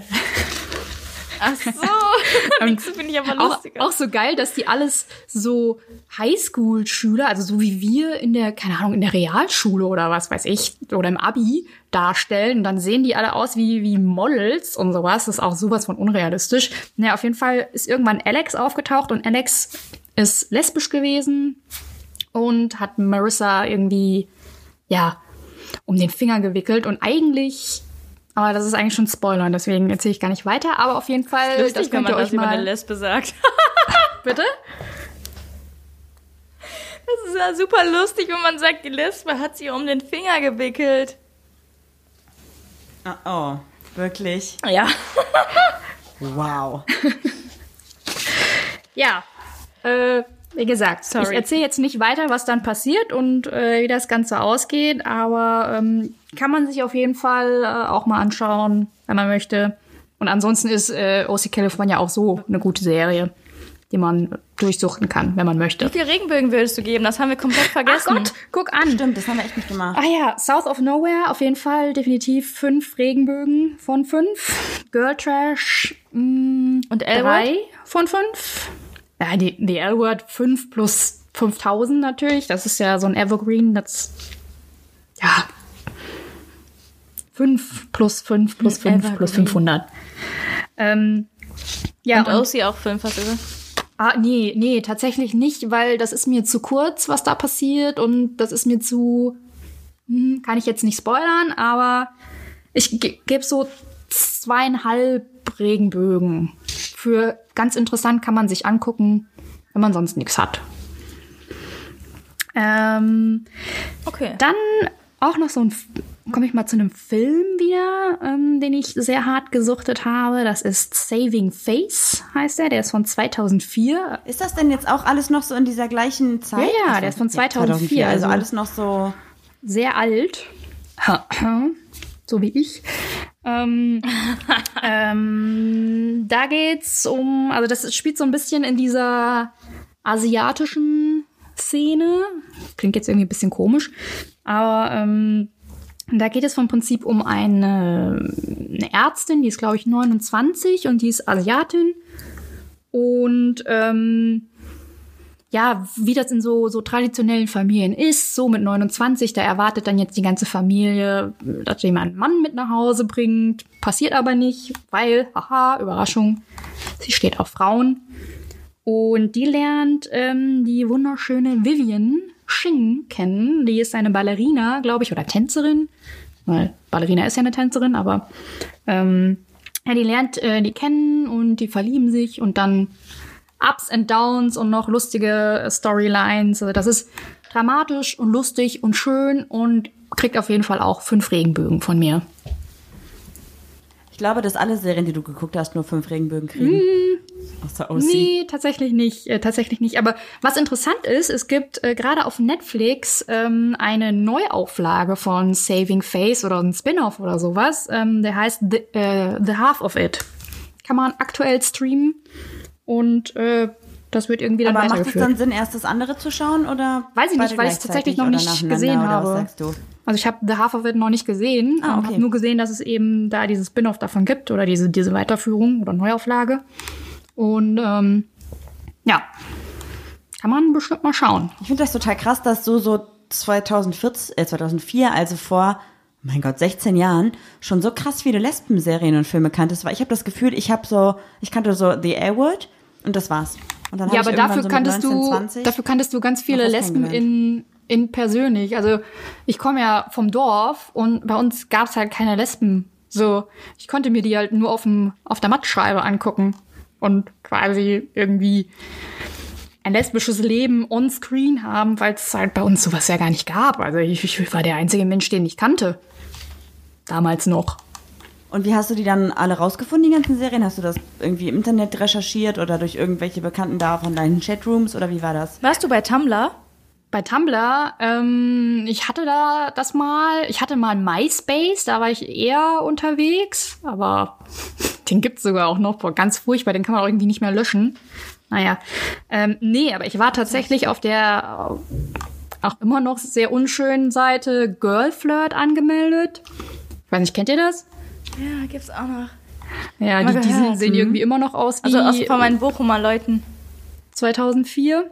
Ach so. Nixe finde ich aber Auch, lustiger. auch so geil, dass die alles so Highschool-Schüler, also so wie wir in der, keine Ahnung, in der Realschule oder was weiß ich, oder im Abi darstellen. Und dann sehen die alle aus wie, wie Models und sowas. Das ist auch sowas von unrealistisch. Naja, auf jeden Fall ist irgendwann Alex aufgetaucht und Alex ist lesbisch gewesen und hat Marissa irgendwie, ja, um den Finger gewickelt. Und eigentlich, aber das ist eigentlich schon Spoilern, deswegen erzähle ich gar nicht weiter. Aber auf jeden Fall, Lustig, das wenn könnt man ihr das euch über eine mal... Lesbe sagt. Bitte? Das ist ja super lustig, wenn man sagt, die Lesbe hat sie um den Finger gewickelt. Oh, oh, wirklich? Ja. Wow. Ja, äh, wie gesagt, Sorry. ich erzähle jetzt nicht weiter, was dann passiert und äh, wie das Ganze ausgeht, aber ähm, kann man sich auf jeden Fall äh, auch mal anschauen, wenn man möchte. Und ansonsten ist äh, O C California auch so eine gute Serie, die man durchsuchten kann, wenn man möchte. Wie viele Regenbögen würdest du geben? Das haben wir komplett Ach vergessen. Gott, guck an. Stimmt, das haben wir echt nicht gemacht. Ah ja, South of Nowhere, auf jeden Fall definitiv fünf Regenbögen von fünf. Girl Trash mh, Und L-Word? drei von fünf. Ja, die, die L-Word fünf plus fünftausend natürlich. Das ist ja so ein Evergreen. Das, ja, fünf plus fünf plus fünf Evergreen. plus fünfhundert. Ähm, ja, Und O C auch fünf, hast du gesagt? Ah, nee, nee, tatsächlich nicht, weil das ist mir zu kurz, was da passiert und das ist mir zu hm, kann ich jetzt nicht spoilern, aber ich ge- gebe so zweieinhalb Regenbögen. Für ganz interessant, kann man sich angucken, wenn man sonst nichts hat. Ähm, Okay. Dann auch noch so ein, komme ich mal zu einem Film wieder, ähm, den ich sehr hart gesuchtet habe. Das ist Saving Face, heißt der. Der ist von zweitausendvier. Ist das denn jetzt auch alles noch so in dieser gleichen Zeit? Ja, ja, Ach so, der ist von zweitausendvier, Also also- alles noch so... Sehr alt. So wie ich. Ähm, ähm, da geht's um, also das spielt so ein bisschen in dieser asiatischen Szene. Klingt jetzt irgendwie ein bisschen komisch, aber ähm, da geht es vom Prinzip um eine, eine Ärztin, die ist, glaube ich, neunundzwanzig und die ist Asiatin. Und ähm, ja, wie das in so, so traditionellen Familien ist, so mit neunundzwanzig, da erwartet dann jetzt die ganze Familie, dass jemand einen Mann mit nach Hause bringt. Passiert aber nicht, weil, haha, Überraschung, sie steht auf Frauen. Und die lernt ähm, die wunderschöne Vivian Xing kennen. Die ist eine Ballerina, glaube ich, oder Tänzerin. Weil Ballerina ist ja eine Tänzerin, aber ähm, ja, die lernt äh, die kennen und die verlieben sich und dann Ups and Downs und noch lustige Storylines. Also das ist dramatisch und lustig und schön und kriegt auf jeden Fall auch fünf Regenbögen von mir. Ich glaube, dass alle Serien, die du geguckt hast, nur fünf Regenbögen kriegen. Mm. Außer O C. Nee, tatsächlich nicht. Äh, tatsächlich nicht. Aber was interessant ist, es gibt äh, gerade auf Netflix ähm, eine Neuauflage von Saving Face oder ein Spin-off oder sowas. Ähm, der heißt The, äh, The Half of It. Kann man aktuell streamen. Und äh, das wird irgendwie dann Aber macht es weitergeführt. dann Sinn, erst das andere zu schauen oder Weiß ich nicht, beide weil ich es tatsächlich noch gleichzeitig nicht oder gesehen nacheinander, oder habe. Was sagst du? Also ich habe The Half of It noch nicht gesehen. Ah, ähm, okay. habe nur gesehen, dass es eben da dieses Spin-off davon gibt oder diese, diese Weiterführung oder Neuauflage. Und ähm, ja, kann man bestimmt mal schauen. Ich finde das total krass, dass du so zweitausendvierzehn, äh, zweitausendvier, also vor, mein Gott, sechzehn Jahren, schon so krass viele Lesben-Serien und Filme kanntest. Weil ich habe das Gefühl, ich habe so, ich kannte so The A-Word und das war's. Und dann Ja, hab aber ich irgendwann dafür so mit kanntest neunzehn, du, zwanzig dafür kanntest du ganz viele noch was Lesben kennengelernt. in, in persönlich. Also ich komme ja vom Dorf und bei uns gab es halt keine Lesben. So, ich konnte mir die halt nur auf dem, auf der Mattscheibe angucken und quasi irgendwie ein lesbisches Leben on screen haben, weil es halt bei uns sowas ja gar nicht gab. Also ich, ich war der einzige Mensch, den ich kannte. Damals noch. Und wie hast du die dann alle rausgefunden, die ganzen Serien? Hast du das irgendwie im Internet recherchiert oder durch irgendwelche Bekannten da von deinen Chatrooms oder wie war das? Warst du bei Tumblr? Bei Tumblr, ähm, ich hatte da das mal, ich hatte mal MySpace, da war ich eher unterwegs, aber den gibt's sogar auch noch, boah, ganz furchtbar, den kann man auch irgendwie nicht mehr löschen. Naja, ähm, nee, aber ich war tatsächlich auf der äh, auch immer noch sehr unschönen Seite Girlflirt angemeldet. Ich weiß nicht, kennt ihr das? Ja, gibt's auch noch. Ja, Mal die, die gehört. sehen irgendwie immer noch aus wie Also aus, von meinen Bochumer Leuten. zweitausendvier.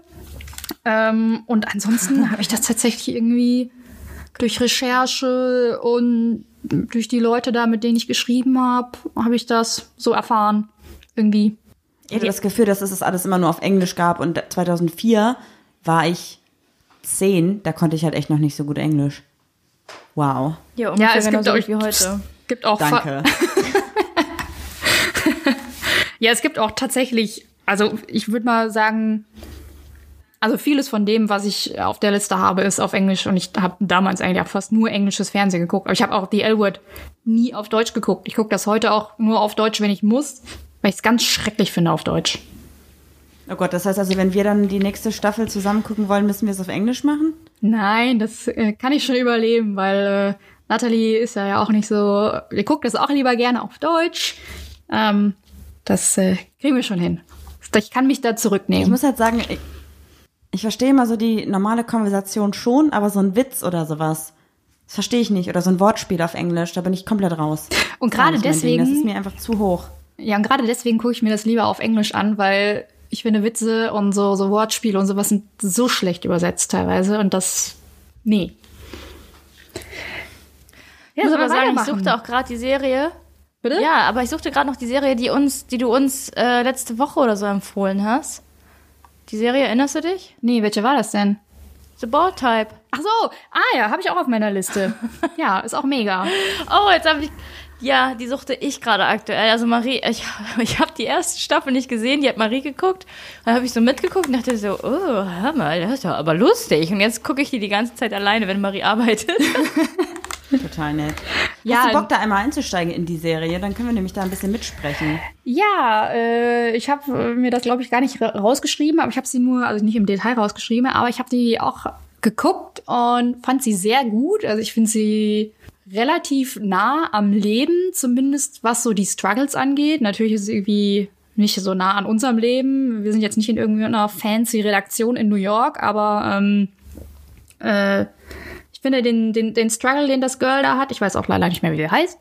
Ähm, und ansonsten habe ich das tatsächlich irgendwie durch Recherche und durch die Leute da, mit denen ich geschrieben habe, habe ich das so erfahren. Irgendwie. Ich hatte das Gefühl, dass es das alles immer nur auf Englisch gab und zweitausendvier war ich zehn, da konnte ich halt echt noch nicht so gut Englisch. Wow. Ja, Ja, ungefähr es gibt genauso auch, wie heute. gibt auch Fa- Danke. Ja, es gibt auch tatsächlich, also ich würde mal sagen, also vieles von dem, was ich auf der Liste habe, ist auf Englisch und ich habe damals eigentlich auch fast nur englisches Fernsehen geguckt. Aber ich habe auch The L-Word nie auf Deutsch geguckt. Ich gucke das heute auch nur auf Deutsch, wenn ich muss, weil ich es ganz schrecklich finde auf Deutsch. Oh Gott, das heißt also, wenn wir dann die nächste Staffel zusammen gucken wollen, müssen wir es auf Englisch machen? Nein, das äh, kann ich schon überleben, weil äh, Natalie ist ja, ja auch nicht so, ihr guckt das auch lieber gerne auf Deutsch. Ähm, das äh, kriegen wir schon hin. Ich kann mich da Ich zurücknehmen. muss halt sagen, ich, ich verstehe immer so die normale Konversation schon, aber so ein Witz oder sowas, das verstehe ich nicht. Oder so ein Wortspiel auf Englisch, da bin ich komplett raus. Und Das ist gar gerade nicht mein Ding, deswegen- Das ist mir einfach zu hoch. Ja, und gerade deswegen gucke ich mir das lieber auf Englisch an, weil ich finde Witze und so, so Wortspiele und sowas sind so schlecht übersetzt teilweise und das, nee. Ich muss sollen aber wir sagen, ich weitermachen? suchte auch gerade die Serie. Bitte? Ja, aber ich suchte gerade noch die Serie, die uns, die du uns äh, letzte Woche oder so empfohlen hast. Die Serie, erinnerst du dich? Nee, welche war das denn? The Ball Type. Ach so, ah ja, habe ich auch auf meiner Liste. Ja, ist auch mega. Oh, jetzt habe ich, ja, die suchte ich gerade aktuell. Also Marie, ich, ich habe die erste Staffel nicht gesehen, die hat Marie geguckt. Dann habe ich so mitgeguckt und dachte so, oh, hör mal, das ist ja aber lustig. Und jetzt gucke ich die die ganze Zeit alleine, wenn Marie arbeitet. Total nett. Ja, Hast du Bock, da einmal einzusteigen in die Serie? Dann können wir nämlich da ein bisschen mitsprechen. Ja, äh, ich habe mir das, glaube ich, gar nicht ra- rausgeschrieben, aber ich habe sie nur, also nicht im Detail rausgeschrieben, aber ich habe die auch geguckt und fand sie sehr gut. Also ich finde sie relativ nah am Leben, zumindest was so die Struggles angeht. Natürlich ist es irgendwie nicht so nah an unserem Leben. Wir sind jetzt nicht in irgendeiner fancy Redaktion in New York, aber ähm, äh, ich finde den, den, den Struggle, den das Girl da hat, ich weiß auch leider nicht mehr, wie der heißt,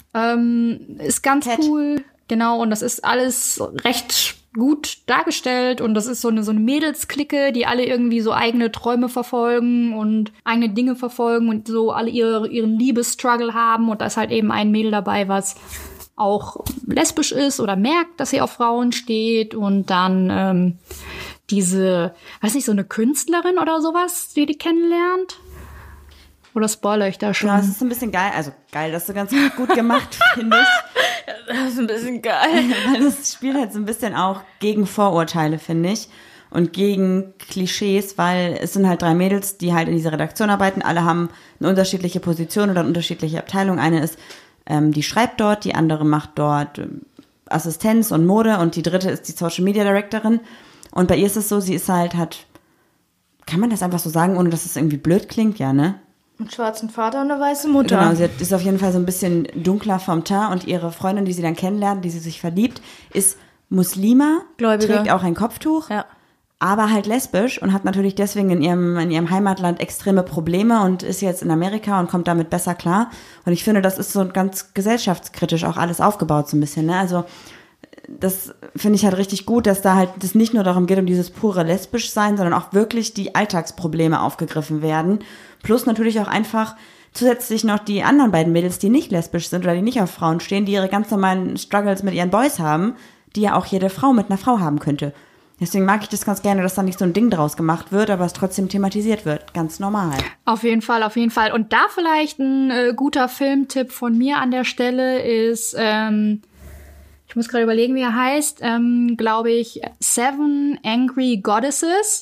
ähm, ist ganz Cat. cool. Genau, und das ist alles recht gut dargestellt und das ist so eine, so eine Mädelsklicke, die alle irgendwie so eigene Träume verfolgen und eigene Dinge verfolgen und so alle ihre, ihren Liebesstruggle haben und da ist halt eben ein Mädel dabei, was auch lesbisch ist oder merkt, dass sie auf Frauen steht und dann ähm, diese, weiß nicht, so eine Künstlerin oder sowas, die die kennenlernt. Oder spoilere ich da schon? Ja, es ist ein bisschen geil. Also geil, das ist so ganz gut gemacht, finde ich. Das ist ein bisschen geil. Weil das spielt halt so ein bisschen auch gegen Vorurteile, finde ich. Und gegen Klischees, weil es sind halt drei Mädels, die halt in dieser Redaktion arbeiten. Alle haben eine unterschiedliche Position oder eine unterschiedliche Abteilung. Eine ist, ähm, die schreibt dort, die andere macht dort ähm, Assistenz und Mode und die dritte ist die Social Media Directorin. Und bei ihr ist es so, sie ist halt, hat, kann man das einfach so sagen, ohne dass es irgendwie blöd klingt? Ja, ne? Einen schwarzen Vater und eine weiße Mutter. Genau, sie ist auf jeden Fall so ein bisschen dunkler vom Teint und ihre Freundin, die sie dann kennenlernt, die sie sich verliebt, ist Muslima, Gläubige. trägt auch ein Kopftuch, Ja. aber halt lesbisch und hat natürlich deswegen in ihrem, in ihrem Heimatland extreme Probleme und ist jetzt in Amerika und kommt damit besser klar. Und ich finde, das ist so ganz gesellschaftskritisch auch alles aufgebaut so ein bisschen, ne? Also das finde ich halt richtig gut, dass da halt das nicht nur darum geht, um dieses pure Lesbischsein, sondern auch wirklich die Alltagsprobleme aufgegriffen werden. Plus natürlich auch einfach zusätzlich noch die anderen beiden Mädels, die nicht lesbisch sind oder die nicht auf Frauen stehen, die ihre ganz normalen Struggles mit ihren Boys haben, die ja auch jede Frau mit einer Frau haben könnte. Deswegen mag ich das ganz gerne, dass da nicht so ein Ding draus gemacht wird, aber es trotzdem thematisiert wird. Ganz normal. Auf jeden Fall, auf jeden Fall. Und da vielleicht ein äh, guter Filmtipp von mir an der Stelle ist, ähm, ich muss gerade überlegen, wie er heißt, ähm, glaube ich, Seven Angry Goddesses.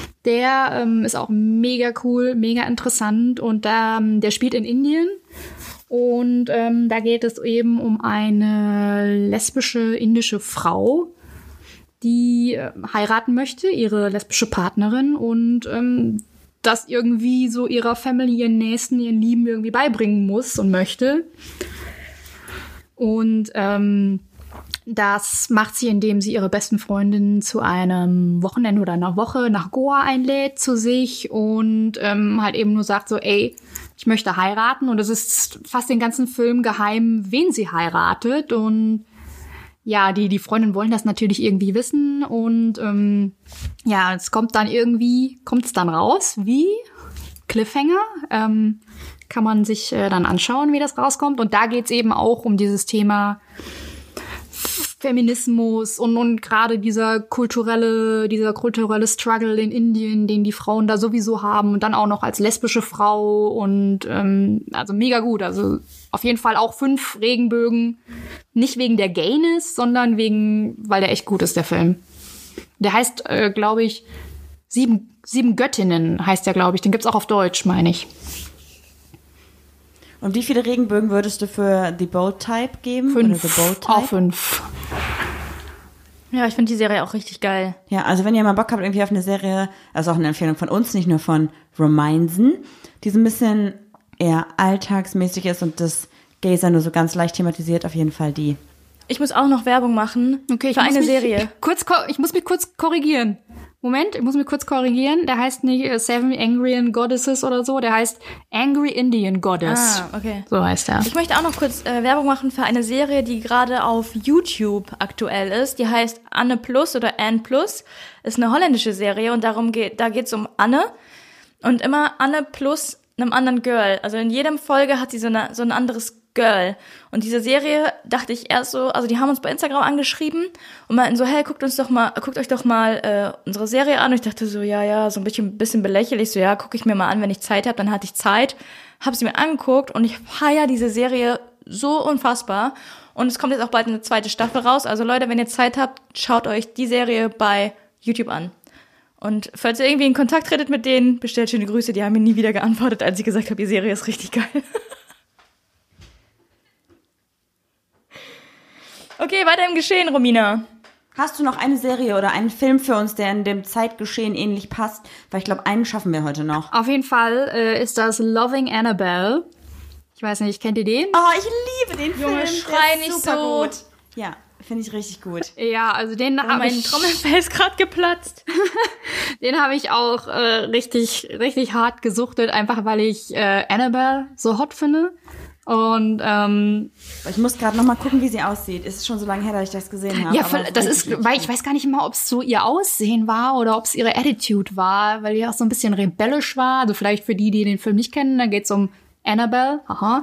Der ähm, ist auch mega cool, mega interessant und ähm, der spielt in Indien. Und ähm, da geht es eben um eine lesbische indische Frau, die äh, heiraten möchte, ihre lesbische Partnerin und ähm, das irgendwie so ihrer Family, ihren Nächsten, ihren Lieben irgendwie beibringen muss und möchte. Und ähm, das macht sie, indem sie ihre besten Freundinnen zu einem Wochenende oder einer Woche nach Goa einlädt zu sich und ähm, halt eben nur sagt so, ey, ich möchte heiraten. Und es ist fast den ganzen Film geheim, wen sie heiratet. Und ja, die, die Freundinnen wollen das natürlich irgendwie wissen. Und ähm, ja, es kommt dann irgendwie, kommt es dann raus, wie Cliffhanger. Ähm, kann man sich äh, dann anschauen, wie das rauskommt. Und da geht's eben auch um dieses Thema Feminismus und, und gerade dieser kulturelle, dieser kulturelle Struggle in Indien, den die Frauen da sowieso haben und dann auch noch als lesbische Frau und ähm, also mega gut. Also auf jeden Fall auch fünf Regenbögen. Nicht wegen der Gayness, sondern wegen, weil der echt gut ist, der Film. Der heißt, äh, glaube ich, sieben, sieben Göttinnen heißt der, glaube ich. Den gibt's auch auf Deutsch, meine ich. Und wie viele Regenbögen würdest du für The Bold Type geben? Fünf. Oder The Bold Type? Auch fünf. Ja, ich finde die Serie auch richtig geil. Ja, also wenn ihr mal Bock habt irgendwie auf eine Serie, also auch eine Empfehlung von uns, nicht nur von Romainsen, die so ein bisschen eher alltagsmäßig ist und das Gayser nur so ganz leicht thematisiert, auf jeden Fall die. Ich muss auch noch Werbung machen Okay, ich für muss eine mich Serie. Kurz, ko- ich muss mich kurz korrigieren. Moment, ich muss mich kurz korrigieren. Der heißt nicht äh, Seven Angry Goddesses oder so. Der heißt Angry Indian Goddess. Ah, okay. So heißt er. Ich möchte auch noch kurz äh, Werbung machen für eine Serie, die gerade auf YouTube aktuell ist. Die heißt Anne Plus oder Anne Plus. Ist eine holländische Serie und darum geht, da geht's um Anne. Und immer Anne plus einem anderen Girl. Also in jedem Folge hat sie so, eine, so ein anderes Girl. Und diese Serie dachte ich erst so, also die haben uns bei Instagram angeschrieben und meinten so, hey, guckt uns doch mal, guckt euch doch mal äh, unsere Serie an. Und ich dachte so, ja, ja, so ein bisschen, bisschen belächelig. So, ja, gucke ich mir mal an, wenn ich Zeit habe. Dann hatte ich Zeit, habe sie mir angeguckt und ich feiere diese Serie so unfassbar. Und es kommt jetzt auch bald eine zweite Staffel raus. Also Leute, wenn ihr Zeit habt, schaut euch die Serie bei YouTube an. Und falls ihr irgendwie in Kontakt tretet mit denen, bestellt schöne Grüße. Die haben mir nie wieder geantwortet, als ich gesagt habe, die Serie ist richtig geil. Okay, weiter im Geschehen, Romina. Hast du noch eine Serie oder einen Film für uns, der in dem Zeitgeschehen ähnlich passt? Weil ich glaube, einen schaffen wir heute noch. Auf jeden Fall äh, ist das Loving Annabelle. Ich weiß nicht, kennt ihr den? Oh, ich liebe den Junge, Film. schrei Der ist nicht super so. gut. Ja, finde ich richtig gut. Ja, also den Oh, habe mein ich, Trommelfell ist gerade geplatzt. den habe ich auch äh, richtig, richtig hart gesuchtet, einfach weil ich äh, Annabelle so hot finde. Und ähm, Ich muss gerade noch mal gucken, wie sie aussieht. Es ist schon so lange her, dass ich das gesehen habe. ja, aber voll, das weiß ist, ich nicht. weil ich weiß gar nicht mal, ob es so ihr Aussehen war oder ob es ihre Attitude war, weil die auch so ein bisschen rebellisch war. Also vielleicht für die, die den Film nicht kennen, da geht es um Annabelle. Aha.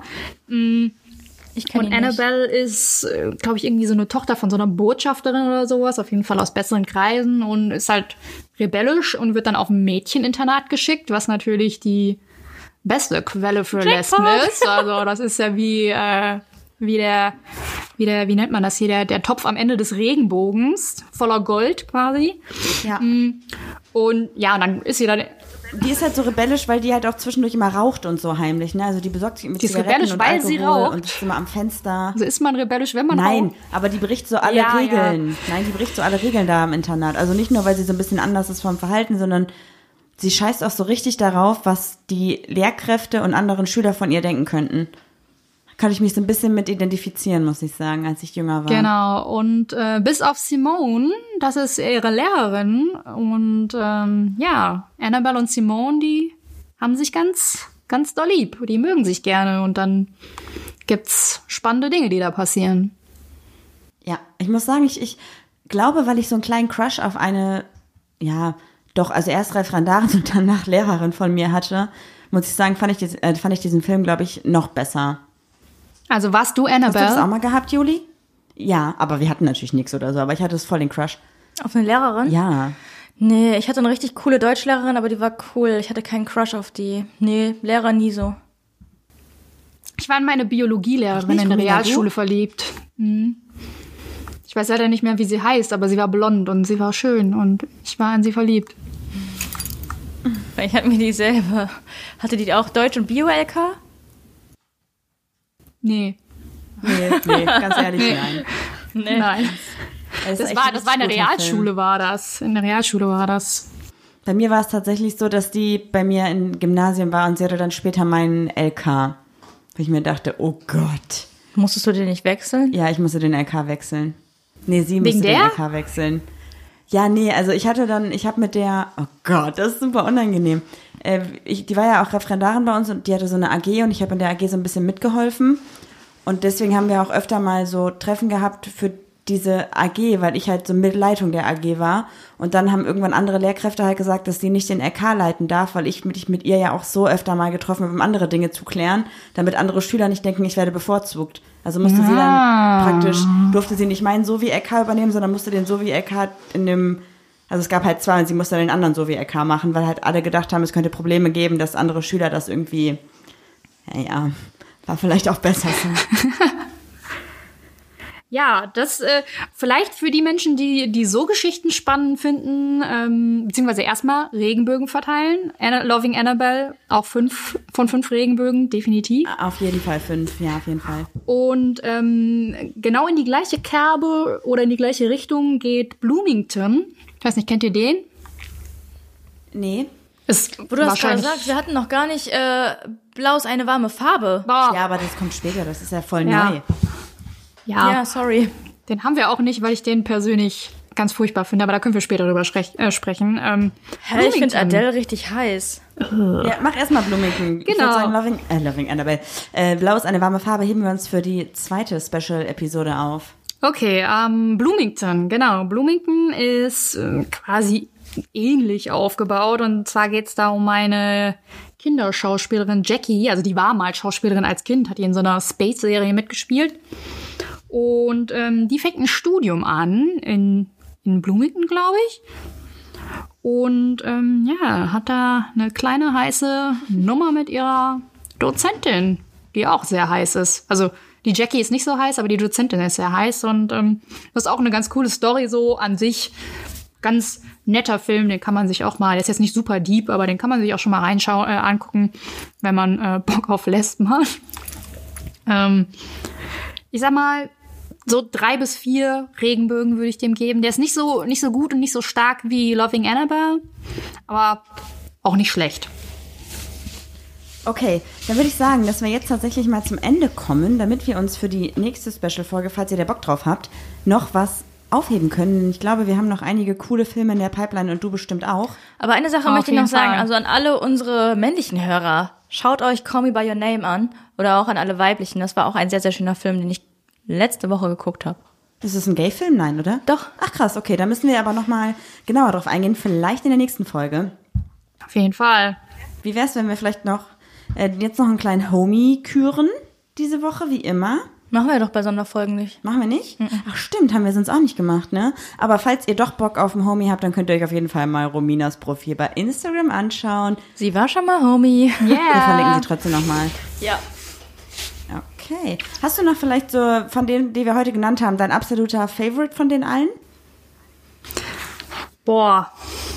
Ich kenn Und ihn nicht. Annabelle ist, glaube ich, irgendwie so eine Tochter von so einer Botschafterin oder sowas, auf jeden Fall aus besseren Kreisen und ist halt rebellisch und wird dann auf ein Mädcheninternat geschickt, was natürlich die beste Quelle für Lesben ist. Also das ist ja wie, äh, wie der, wie der, wie nennt man das hier, der, der Topf am Ende des Regenbogens, voller Gold quasi. Ja. Und ja, und dann ist sie dann, Die ist halt so rebellisch, weil die halt auch zwischendurch immer raucht und so heimlich. Ne? Also die besorgt sich mit Die ist Zigaretten rebellisch, und weil Alkohol sie raucht? und ist immer am Fenster. also ist man rebellisch, wenn man Nein, raucht? aber die bricht so alle Ja, Regeln. Nein, die bricht so alle Regeln da im Internat. Also nicht nur, weil sie so ein bisschen anders ist vom Verhalten, sondern sie scheißt auch so richtig darauf, was die Lehrkräfte und anderen Schüler von ihr denken könnten. Kann ich mich so ein bisschen mit identifizieren, muss ich sagen, als ich jünger war. Genau, und äh, bis auf Simone, das ist ihre Lehrerin. Und ähm, ja, Annabelle und Simone, die haben sich ganz, ganz doll lieb. Die mögen sich gerne und dann gibt's spannende Dinge, die da passieren. Ja, ich muss sagen, ich, ich glaube, weil ich so einen kleinen Crush auf eine, ja, doch, also erst Referendarin und danach Lehrerin von mir hatte, muss ich sagen, fand ich, dies, äh, fand ich diesen Film, glaube ich, noch besser. Also warst du Hast du das auch Annabelle? mal gehabt, Juli? Ja, aber wir hatten natürlich nichts oder so, aber ich hatte es voll den Crush. Auf eine Lehrerin? Ja. Nee, ich hatte eine richtig coole Deutschlehrerin, aber die war cool. Ich hatte keinen Crush auf die. Nee, Lehrer nie so. Ich war in meine Biologielehrerin Nicht, in der Romina, Realschule du? verliebt. Mhm. Ich weiß leider nicht mehr, wie sie heißt, aber sie war blond und sie war schön und ich war in sie verliebt. Ich hatte mir dieselbe. Hatte die auch Deutsch und Bio-L K? Nee. Nee, nee, ganz ehrlich, nein. Nee. Nein. ist Das echt war, ein das war in der richtig guter Realschule, Film. war das. In der Realschule war das. Bei mir war es tatsächlich so, dass die bei mir im Gymnasium war und sie hatte dann später meinen L K. Wo ich mir dachte, oh Gott. Musstest du den nicht wechseln? Ja, ich musste den L K wechseln. Nee, sie musste Wegen den der? L K wechseln. Ja, nee, also ich hatte dann, ich habe mit der, oh Gott, das ist super unangenehm. Äh, ich, die war ja auch Referendarin bei uns und die hatte so eine A G und ich habe in der A G so ein bisschen mitgeholfen. Und deswegen haben wir auch öfter mal so Treffen gehabt für diese A G, weil ich halt so mit Leitung der A G war. Und dann haben irgendwann andere Lehrkräfte halt gesagt, dass sie nicht den L K leiten darf, weil ich mich mit ihr ja auch so öfter mal getroffen habe, um andere Dinge zu klären, damit andere Schüler nicht denken, ich werde bevorzugt. Also musste sie dann praktisch, durfte sie nicht meinen Sowie-L K übernehmen, sondern musste den Sowie-L K in dem, also es gab halt zwei und sie musste den anderen Sowie-L K machen, weil halt alle gedacht haben, es könnte Probleme geben, dass andere Schüler das irgendwie, ja, ja, war vielleicht auch besser so. Ja, das äh, vielleicht für die Menschen, die die so Geschichten spannend finden, ähm, beziehungsweise erstmal Regenbögen verteilen. Anna, Loving Annabelle, auch fünf von fünf Regenbögen, definitiv. Auf jeden Fall fünf, ja, auf jeden Fall. Und ähm, genau in die gleiche Kerbe oder in die gleiche Richtung geht Bloomington. Ich weiß nicht, kennt ihr den? Nee. Ist Wo du das gerade wahrscheinlich- sagst, wir hatten noch gar nicht, äh, blau ist eine warme Farbe. Boah. Ja, aber das kommt später, das ist ja voll Ja. neu. Ja, Ja, sorry. den haben wir auch nicht, weil ich den persönlich ganz furchtbar finde, aber da können wir später drüber sprech- äh, sprechen. Ähm, Hä, ich finde Bloomington. Adele richtig heiß. Ja, mach erstmal Bloomington. Ich Genau. würde sagen, Loving, äh, Loving Annabelle. Äh, Blau ist eine warme Farbe, heben wir uns für die zweite Special-Episode auf. Okay, ähm, Bloomington, genau. Bloomington ist äh, quasi ähnlich aufgebaut. Und zwar geht's da um eine Kinderschauspielerin Jackie. Also die war mal Schauspielerin als Kind, hat die in so einer Space-Serie mitgespielt. Und ähm, die fängt ein Studium an in, in Bloomington, glaube ich. Und ähm, ja, hat da eine kleine heiße Nummer mit ihrer Dozentin, die auch sehr heiß ist. Also die Jackie ist nicht so heiß, aber die Dozentin ist sehr heiß. Und ähm, das ist auch eine ganz coole Story so an sich. Ganz netter Film, den kann man sich auch mal, der ist jetzt nicht super deep, aber den kann man sich auch schon mal reinschauen, äh, angucken, wenn man äh, Bock auf Lesben hat. Ähm, ich sag mal, so drei bis vier Regenbögen würde ich dem geben. Der ist nicht so, nicht so gut und nicht so stark wie Loving Annabelle, aber auch nicht schlecht. Okay, dann würde ich sagen, dass wir jetzt tatsächlich mal zum Ende kommen, damit wir uns für die nächste Special-Folge, falls ihr da Bock drauf habt, noch was aufheben können. Ich glaube, wir haben noch einige coole Filme in der Pipeline und du bestimmt auch. Aber eine Sache Auf möchte ich noch jeden sagen, Fall. also an alle unsere männlichen Hörer, schaut euch Call Me By Your Name an oder auch an alle weiblichen. Das war auch ein sehr, sehr schöner Film, den ich letzte Woche geguckt habe. Das ist ein Gay-Film? Nein, oder? Doch. Ach krass, okay, da müssen wir aber noch mal genauer drauf eingehen, vielleicht in der nächsten Folge. Auf jeden Fall. Wie wär's, wenn wir vielleicht noch äh, jetzt noch einen kleinen Homie küren diese Woche, wie immer? Machen wir doch bei Sonderfolgen nicht. Machen wir nicht? Mhm. Ach stimmt, haben wir sonst auch nicht gemacht, ne? Aber falls ihr doch Bock auf einen Homie habt, dann könnt ihr euch auf jeden Fall mal Rominas Profil bei Instagram anschauen. Sie war schon mal Homie. Yeah. Wir verlinken sie trotzdem nochmal. Ja. Okay. Hast du noch vielleicht so von denen, die wir heute genannt haben, dein absoluter Favorite von den allen? Boah.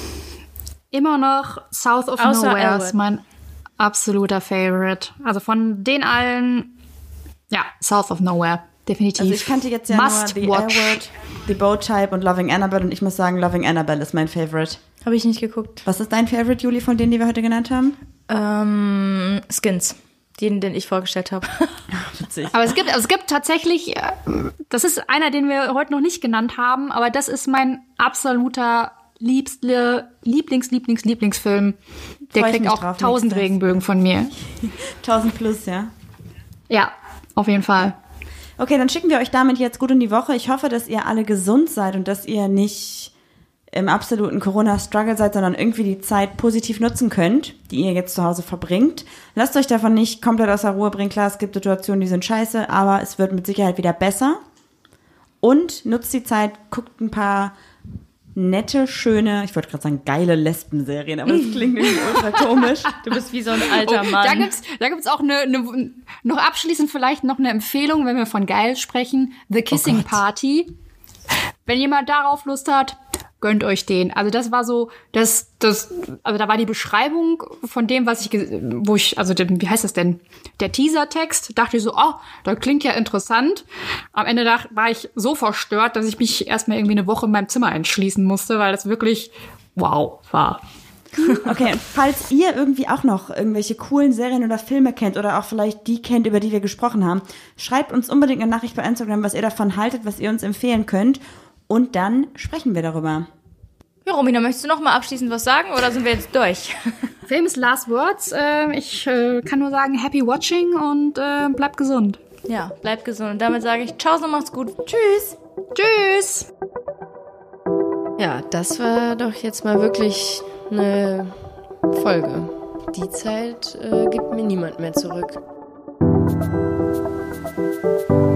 Immer noch South of Außer Nowhere Elwood. ist mein absoluter Favorite. Also von den allen, ja, South of Nowhere, definitiv. Also ich kannte jetzt ja Must nur The watch. L-Word, The Boat Type und Loving Annabelle und ich muss sagen, Loving Annabelle ist mein Favorite. Habe ich nicht geguckt. Was ist dein Favorite, Juli, von denen, die wir heute genannt haben? Ähm, Skins. Den, den ich vorgestellt habe. Witzig. Aber es gibt, also es gibt tatsächlich, äh, das ist einer, den wir heute noch nicht genannt haben, aber das ist mein absoluter liebste, Lieblings, Lieblings, Lieblingsfilm. Der Freu ich kriegt mich auch drauf, tausend nächstes. Regenbögen von mir. tausend plus, ja. Ja, auf jeden Fall. Okay, dann schicken wir euch damit jetzt gut in die Woche. Ich hoffe, dass ihr alle gesund seid und dass ihr nicht im absoluten Corona-Struggle seid, sondern irgendwie die Zeit positiv nutzen könnt, die ihr jetzt zu Hause verbringt. Lasst euch davon nicht komplett aus der Ruhe bringen. Klar, es gibt Situationen, die sind scheiße, aber es wird mit Sicherheit wieder besser. Und nutzt die Zeit, guckt ein paar nette, schöne, ich wollte gerade sagen geile Lesben-Serien, aber das klingt irgendwie ultra komisch. Du bist wie so ein alter Mann. Da gibt's, da gibt's auch eine, eine, noch abschließend vielleicht noch eine Empfehlung, wenn wir von geil sprechen. The Kissing Oh Party. Wenn jemand darauf Lust hat, gönnt euch den. Also das war so, das, das, also da war die Beschreibung von dem, was ich, ge- wo ich, also den, wie heißt das denn? Der Teasertext, dachte ich so, oh, das klingt ja interessant. Am Ende dach, war ich so verstört, dass ich mich erstmal irgendwie eine Woche in meinem Zimmer einschließen musste, weil das wirklich wow war. Okay, und falls ihr irgendwie auch noch irgendwelche coolen Serien oder Filme kennt oder auch vielleicht die kennt, über die wir gesprochen haben, schreibt uns unbedingt eine Nachricht bei Instagram, was ihr davon haltet, was ihr uns empfehlen könnt. Und dann sprechen wir darüber. Ja, Romina, möchtest du noch mal abschließend was sagen oder sind wir jetzt durch? Famous Last Words. Äh, ich äh, kann nur sagen, happy watching und äh, bleibt gesund. Ja, bleibt gesund. Und damit sage ich, ciao, so macht's gut. Tschüss! Tschüss! Ja, das war doch jetzt mal wirklich eine Folge. Die Zeit äh, gibt mir niemand mehr zurück.